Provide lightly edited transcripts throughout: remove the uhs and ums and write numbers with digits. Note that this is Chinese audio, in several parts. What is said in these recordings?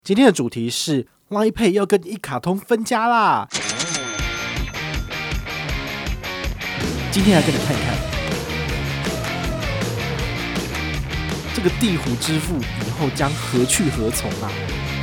今天的主题是 Line Pay 要跟一卡通分家啦。今天来跟你看一看，这个地虎支付以后将何去何从啊？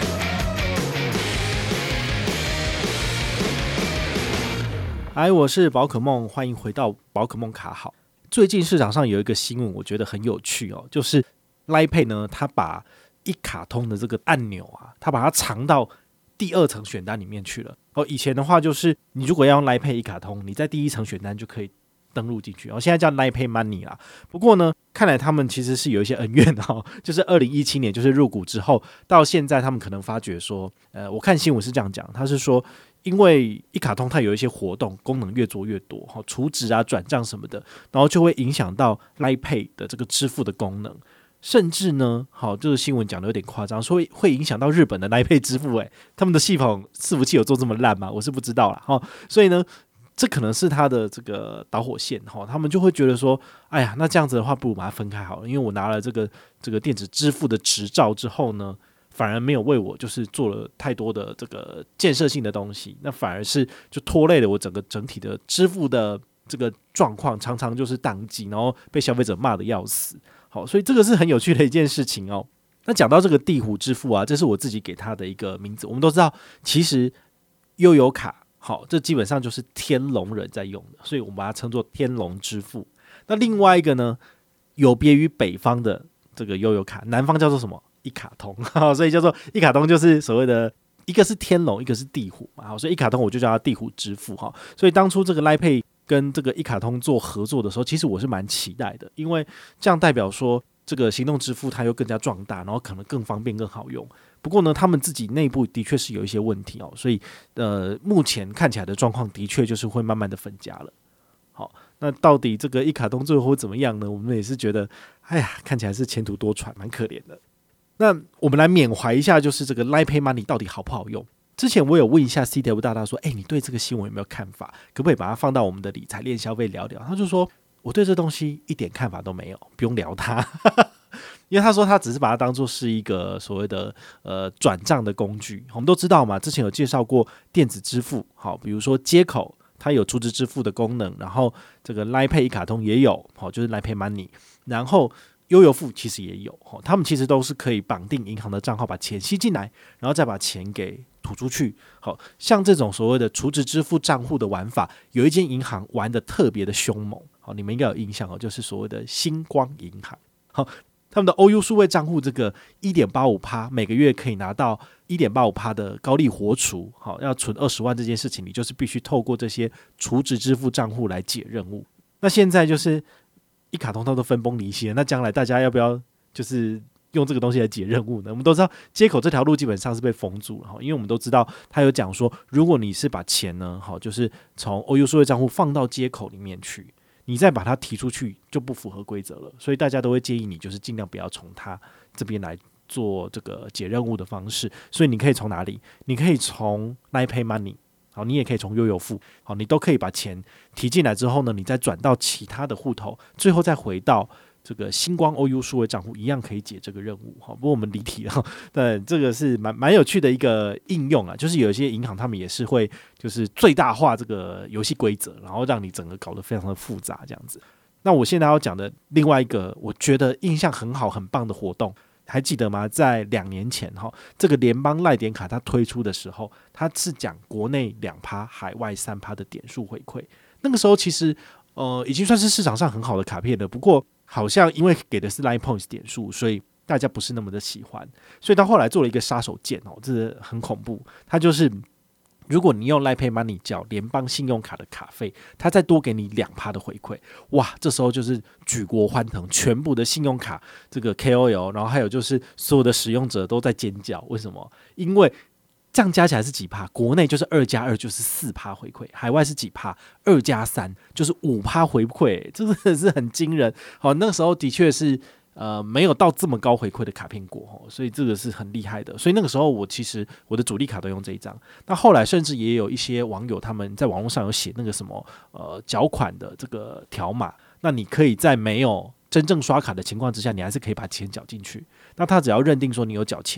嗨，我是宝可梦，欢迎回到宝可梦卡好。最近市场上有一个新闻，我觉得很有趣哦，就是 Line Pay 呢，它把一卡通的这个按钮啊，它把它藏到第二层选单里面去了。以前的话就是你如果要用 Line Pay 一卡通，你在第一层选单就可以登录进去，现在叫 Line Pay Money 啦。不过呢，看来他们其实是有一些恩怨就是2017年就是入股之后，到现在他们可能发觉说，我看新闻是这样讲，他是说因为一卡通它有一些活动功能越做越多，储值啊、转账什么的，然后就会影响到 Line Pay 的这个支付的功能。甚至呢，这个新闻讲的有点夸张，说会影响到日本的 Line Pay 支付，他们的系统伺服器有做这么烂吗？我是不知道啦，所以呢，这可能是他的这个导火线，他们就会觉得说，哎呀，那这样子的话，不如把它分开好了，因为我拿了这个电子支付的执照之后呢，反而没有为我就是做了太多的这个建设性的东西，那反而是就拖累了我整体的支付的这个状况，常常就是宕机，然后被消费者骂得要死。好，所以这个是很有趣的一件事情哦。那讲到这个地虎支付啊，这是我自己给它的一个名字。我们都知道，其实悠游卡，好，这基本上就是天龙人在用的，所以我们把它称作天龙支付。那另外一个呢，有别于北方的这个悠游卡，南方叫做什么？一卡通，所以叫做一卡通，就是所谓的一个是天龙，一个是地虎嘛。所以一卡通我就叫它地虎支付哈。所以当初这个 Line Pay 跟这个一卡通做合作的时候，其实我是蛮期待的，因为这样代表说这个行动支付它又更加壮大，然后可能更方便更好用。不过呢，他们自己内部的确是有一些问题所以目前看起来的状况的确就是会慢慢的分家了。好，那到底这个一卡通最后会怎么样呢？我们也是觉得，哎呀，看起来是前途多舛，蛮可怜的。那我们来缅怀一下，就是这个 Line Pay Money 到底好不好用？之前我有问一下 CW 大大说，你对这个新闻有没有看法？可不可以把它放到我们的理财链消费聊聊？他就说，我对这东西一点看法都没有，不用聊它。因为他说他只是把它当作是一个所谓的转账的工具。我们都知道嘛，之前有介绍过电子支付，好，比如说街口它有储值支付的功能，然后这个 Line Pay 一卡通也有，好，就是 Line Pay Money， 然后悠游付其实也有，他们其实都是可以绑定银行的账号，把钱吸进来，然后再把钱给吐出去。好，像这种所谓的储值支付账户的玩法，有一间银行玩的特别的凶猛，好，你们应该有印象就是所谓的星光银行。好，他们的 OU 数位账户这个 1.85%， 每个月可以拿到 1.85% 的高利活储，好，要存20万这件事情，你就是必须透过这些储值支付账户来解任务。那现在就是一卡通它都分崩离析了，那将来大家要不要就是用这个东西来解任务呢？我们都知道街口这条路基本上是被封住了，因为我们都知道他有讲说，如果你是把钱呢，就是从 OU 数位账户放到街口里面去，你再把它提出去就不符合规则了，所以大家都会建议你就是尽量不要从他这边来做这个解任务的方式。所以你可以从哪里？你可以从 Line Pay Money， 好，你也可以从悠游付，好，你都可以把钱提进来之后呢，你再转到其他的户头，最后再回到这个星光 OU 数位账户，一样可以解这个任务。不过我们离题了，但这个是蛮有趣的一个应用啊，就是有一些银行他们也是会就是最大化这个游戏规则，然后让你整个搞得非常的复杂这样子。那我现在要讲的另外一个我觉得印象很好很棒的活动，还记得吗？在2年前这个联邦赖点卡它推出的时候，它是讲国内 2%， 海外 3% 的点数回馈。那个时候其实已经算是市场上很好的卡片了，不过好像因为给的是 Line Points 点数，所以大家不是那么的喜欢，所以他后来做了一个杀手锏这很恐怖。他就是如果你用 Line Pay Money 缴联邦信用卡的卡费，他再多给你 2% 的回馈，哇，这时候就是举国欢腾，全部的信用卡这个 KOL， 然后还有就是所有的使用者都在尖叫。为什么？因为这样加起来是几趴？国内就是2+2就是4%回馈，海外是几趴？2+3就是5%回馈，这真的是很惊人。好，那个时候的确是没有到这么高回馈的卡片过，所以这个是很厉害的。所以那个时候我其实我的主力卡都用这一张。那后来甚至也有一些网友他们在网络上有写那个什么缴款的这个条码，那你可以在没有真正刷卡的情况之下，你还是可以把钱缴进去。那他只要认定说你有缴钱，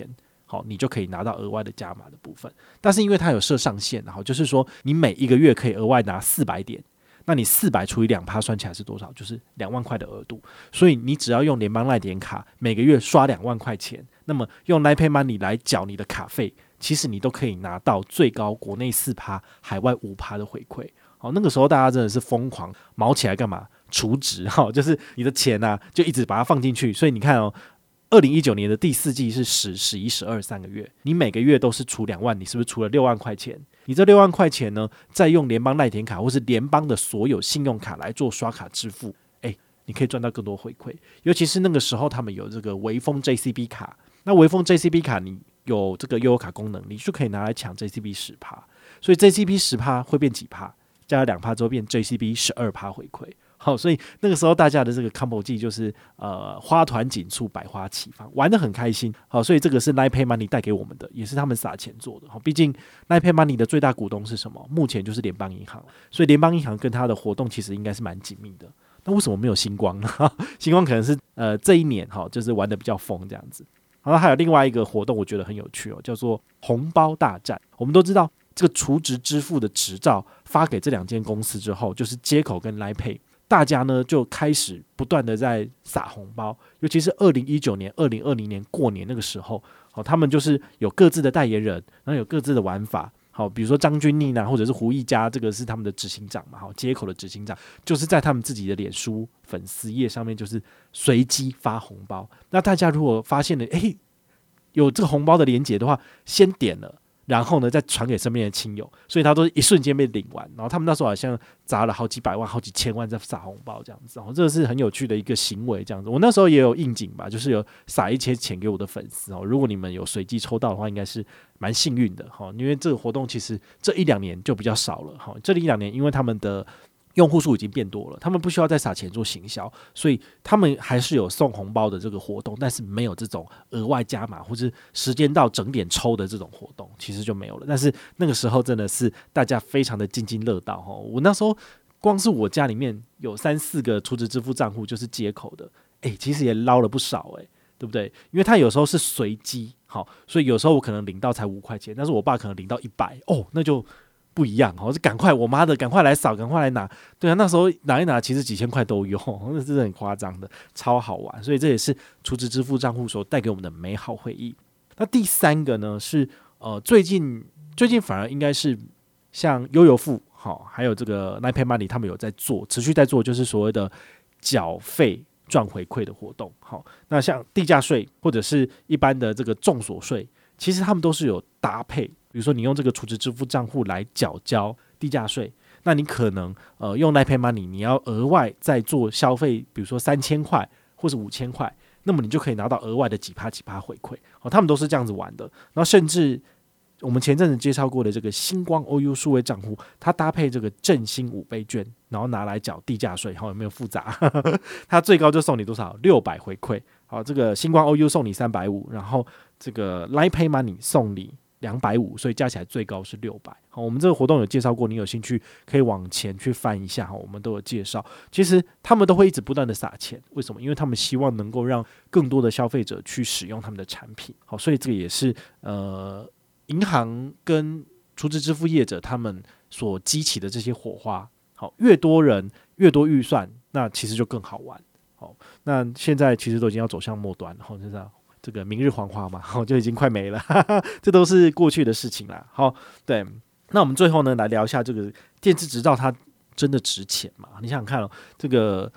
好，你就可以拿到额外的加码的部分。但是因为它有设上限，然后就是说你每一个月可以额外拿400点，那你400除以 2% 算起来是多少？就是2万块的额度。所以你只要用联邦赖点卡，每个月刷2万块钱，那么用 Line Pay Money 来缴你的卡费，其实你都可以拿到最高国内 4%， 海外 5% 的回馈。好，那个时候大家真的是疯狂毛起来干嘛？储值，就是你的钱啊，就一直把它放进去。所以你看哦，2019年的第4季是10、11、12 3个月，你每个月都是除2万，你是不是除了6万块钱？你这6万块钱呢，再用联邦赖点卡或是联邦的所有信用卡来做刷卡支付，你可以赚到更多回馈。尤其是那个时候他们有这个微风 JCB 卡，那微风 JCB 卡你有这个悠游卡功能，你就可以拿来抢 JCB 10%，所以 JCB 10%会变几%？加了2%之后变 JCB 12%回馈。好，所以那个时候大家的这个 combo 季就是花团锦簇，百花齐放，玩得很开心。好，所以这个是 Line Pay Money 带给我们的，也是他们撒钱做的。好，毕竟 Line Pay Money 的最大股东是什么？目前就是联邦银行，所以联邦银行跟它的活动其实应该是蛮紧密的。那为什么没有星光呢？星光可能是这一年就是玩得比较疯这样子。然后还有另外一个活动，我觉得很有趣叫做红包大战。我们都知道，这个储值支付的执照发给这2间公司之后，就是街口跟 Line Pay。大家呢就开始不断的在撒红包，尤其是2019年、2020年过年那个时候，他们就是有各自的代言人，然后有各自的玩法。好，比如说张钧甯或者是胡一家，这个是他们的执行长嘛，街口的执行长，就是在他们自己的脸书粉丝页上面，就是随机发红包。那大家如果发现了，有这个红包的连结的话，先点了。然后呢，再传给身边的亲友，所以他都一瞬间被领完。然后他们那时候好像砸了好几百万、好几千万在撒红包这样子，这个是很有趣的一个行为。这样子，我那时候也有应景吧，就是有撒一些钱给我的粉丝如果你们有随机抽到的话，应该是蛮幸运的因为这个活动其实这1-2年就比较少了这1-2年，因为他们的用户数已经变多了，他们不需要再撒钱做行销，所以他们还是有送红包的这个活动，但是没有这种额外加码或是时间到整点抽的这种活动，其实就没有了。但是那个时候真的是大家非常的津津乐道我那时候光是我家里面有3-4个储值支付账户就是街口的，其实也捞了不少对不对？因为他有时候是随机，所以有时候我可能领到才5块钱，但是我爸可能领到100，那就不一样就赶快我妈的赶快来扫，赶快来拿。对啊，那时候拿一拿其实几千块都有，那是很夸张的，超好玩。所以这也是储值支付账户所带给我们的美好回忆。那第3个呢是最近反而应该是像悠游付还有这个 Line Pay Money 他们有在做，持续在做，就是所谓的缴费赚回馈的活动。那像地价税或者是一般的这个重所税，其实他们都是有搭配，比如说你用这个储值支付账户来缴交地价税，那你可能用 Line Pay Money 你要额外再做消费，比如说3000块或是5000块，那么你就可以拿到额外的几趴回馈他们都是这样子玩的。然后甚至我们前阵子介绍过的这个星光 OU 数位账户，它搭配这个振兴5倍券，然后拿来缴地价税，有没有复杂？它最高就送你多少？600回馈。好，这个星光 OU 送你350，然后这个 Line Pay Money 送你250，所以加起来最高是600。好，我们这个活动有介绍过，你有兴趣可以往前去翻一下，我们都有介绍。其实他们都会一直不断的撒钱，为什么？因为他们希望能够让更多的消费者去使用他们的产品。好，所以这个也是银行跟储值支付业者他们所激起的这些火花。好，越多人越多预算，那其实就更好玩。好，那现在其实都已经要走向末端了，就是这个明日黄花嘛，就已经快没了，这都是过去的事情啦。好，对，那我们最后呢来聊一下这个电子执照，它真的值钱吗？你想想看这个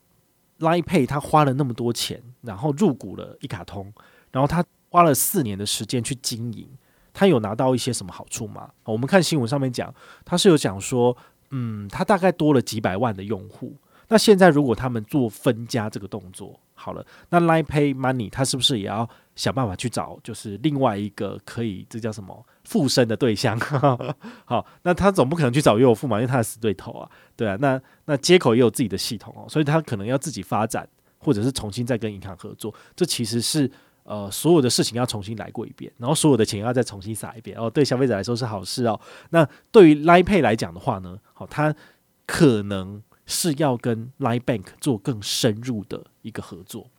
Line Pay 它花了那么多钱，然后入股了一卡通，然后它花了4年的时间去经营，它有拿到一些什么好处吗？我们看新闻上面讲，它是有讲说，它大概多了几百万的用户。那现在如果他们做分家这个动作，好了，那 Line Pay Money 它是不是也要想办法去找就是另外一个可以这叫什么附身的对象？好，那他总不可能去找悠游付嘛，因为他的死对头啊，对啊，那街口也有自己的系统所以他可能要自己发展，或者是重新再跟银行合作，这其实是所有的事情要重新来过一遍，然后所有的钱要再重新撒一遍对消费者来说是好事那对于 Line Pay 来讲的话呢，它可能是要跟 Line Bank 做更深入的一个合作，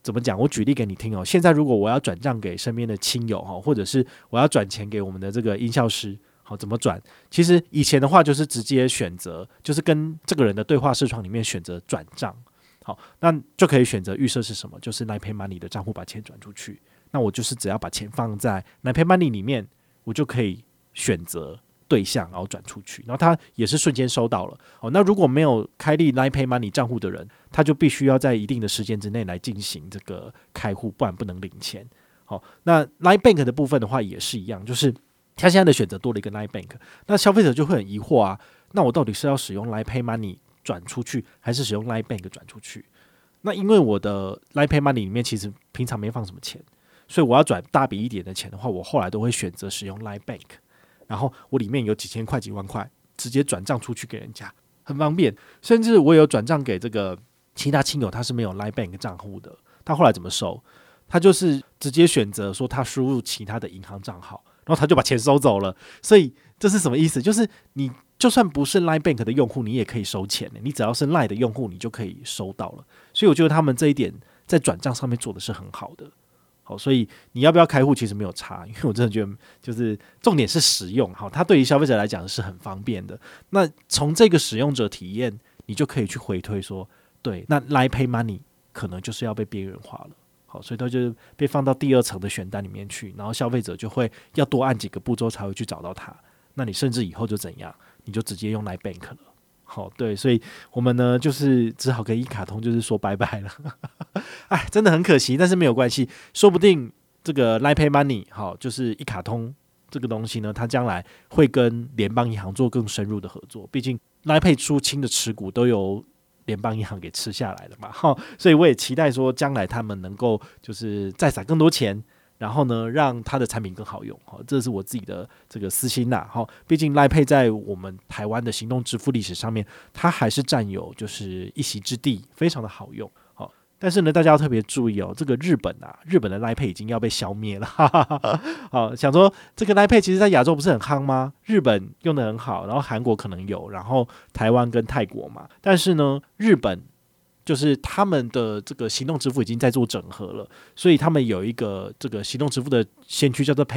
怎么讲？我举例给你听哦。现在如果我要转账给身边的亲友或者是我要转钱给我们的这个音效师，好，怎么转？其实以前的话就是直接选择，就是跟这个人的对话视窗里面选择转账，好，那就可以选择预设是什么，就是 Line Pay Money 的账户把钱转出去。那我就是只要把钱放在 Line Pay Money 里面，我就可以选择对象，然后转出去，然后他也是瞬间收到了。那如果没有开立 Line Pay Money 账户的人，他就必须要在一定的时间之内来进行这个开户，不然不能领钱。好，那 Line Bank 的部分的话也是一样，就是他现在的选择多了一个 Line Bank， 那消费者就会很疑惑啊，那我到底是要使用 Line Pay Money 转出去，还是使用 Line Bank 转出去？那因为我的 Line Pay Money 里面其实平常没放什么钱，所以我要转大笔一点的钱的话，我后来都会选择使用 Line Bank， 然后我里面有几千块几万块直接转账出去给人家，很方便。甚至我有转账给这个其他亲友，他是没有 Line Bank 账户的，他后来怎么收？他就是直接选择说他输入其他的银行账号，然后他就把钱收走了。所以这是什么意思？就是你就算不是 Line Bank 的用户，你也可以收钱，你只要是 Line 的用户，你就可以收到了。所以我觉得他们这一点在转账上面做的是很好的。好，所以你要不要开户其实没有差，因为我真的觉得就是重点是实用，好，它对于消费者来讲是很方便的。那从这个使用者体验，你就可以去回推说，对，那 Line Pay Money 可能就是要被边缘化了。好，所以它就被放到第二层的选单里面去，然后消费者就会要多按几个步骤才会去找到它。那你甚至以后就怎样，你就直接用 Line Bank 了。好，对，所以我们呢就是只好跟一卡通就是说拜拜了，哎，真的很可惜，但是没有关系，说不定这个 Line Pay Money 好，就是一卡通这个东西呢，它将来会跟联邦银行做更深入的合作，毕竟 Line Pay 出清的持股都由联邦银行给吃下来了嘛，所以我也期待说将来他们能够就是再撒更多钱。然后呢，让它的产品更好用，这是我自己的这个私心啦。毕竟 Line Pay 在我们台湾的行动支付历史上面，它还是占有就是一席之地，非常的好用。但是呢，大家要特别注意这个日本的 Line Pay 已经要被消灭了。好，想说这个 Line Pay 其实在亚洲不是很夯吗？日本用的很好，然后韩国可能有，然后台湾跟泰国嘛。但是呢，日本就是他们的这个行动支付已经在做整合了，所以他们有一个这个行动支付的先驱叫做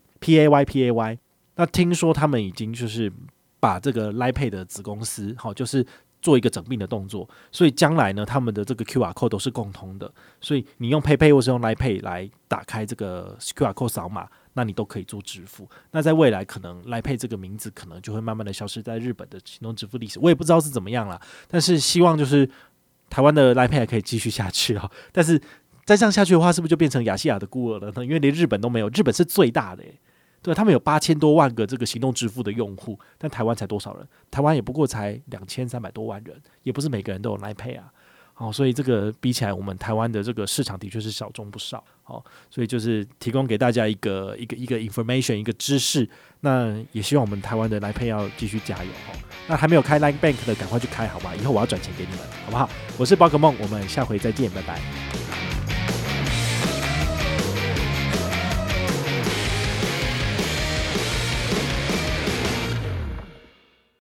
PayPay。那听说他们已经就是把这个 Line Pay 的子公司，就是做一个整并的动作，所以将来呢，他们的这个 QR code 都是共通的，所以你用 PayPay 或是用 Line Pay 来打开这个 QR code 扫码，那你都可以做支付。那在未来可能 Line Pay 这个名字可能就会慢慢的消失在日本的行动支付历史，我也不知道是怎么样啦，但是希望就是台湾的 Line Pay 还可以继续下去但是再这样下去的话，是不是就变成亚细亚的孤儿了呢？因为连日本都没有，日本是最大的对，他们有8000多万个这个行动支付的用户，但台湾才多少人？台湾也不过才2300多万人，也不是每个人都有 Line Pay 所以这个比起来，我们台湾的这个市场的确是小众不少。所以就是提供给大家一个 information， 一个知识。那也希望我们台湾的 Line Pay 要继续加油那还没有开 Line Bank 的，赶快去开好吗？以后我要转钱给你们，好不好？我是宝可梦，我们下回再见，拜拜。